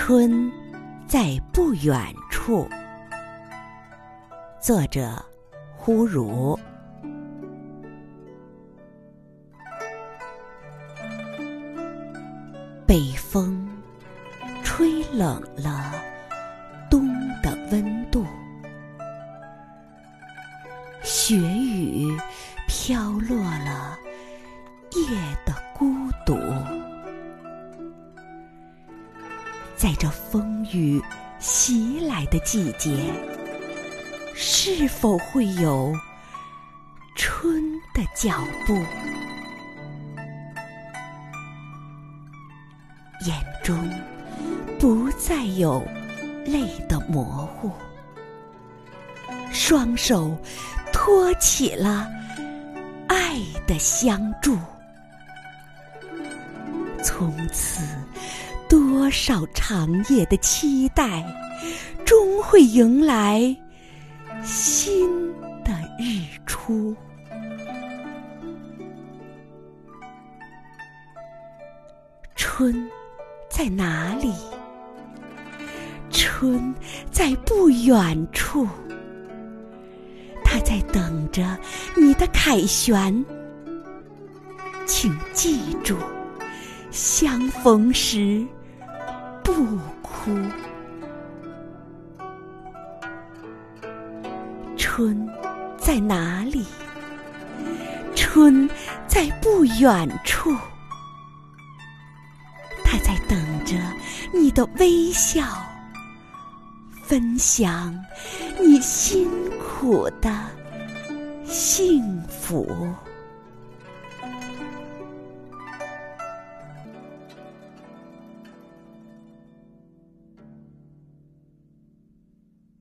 春在不远处。作者呼如。北风吹冷了冬的温度，雪雨飘落了夜的孤独。在这风雨袭来的季节，是否会有春的脚步？眼中不再有泪的模糊，双手托起了爱的相助。从此多少长夜的期待，终会迎来新的日出。春在哪里？春在不远处，它在等着你的凯旋。请记住，相逢时不哭。春在哪里？春在不远处，它在等着你的微笑，分享你辛苦的幸福。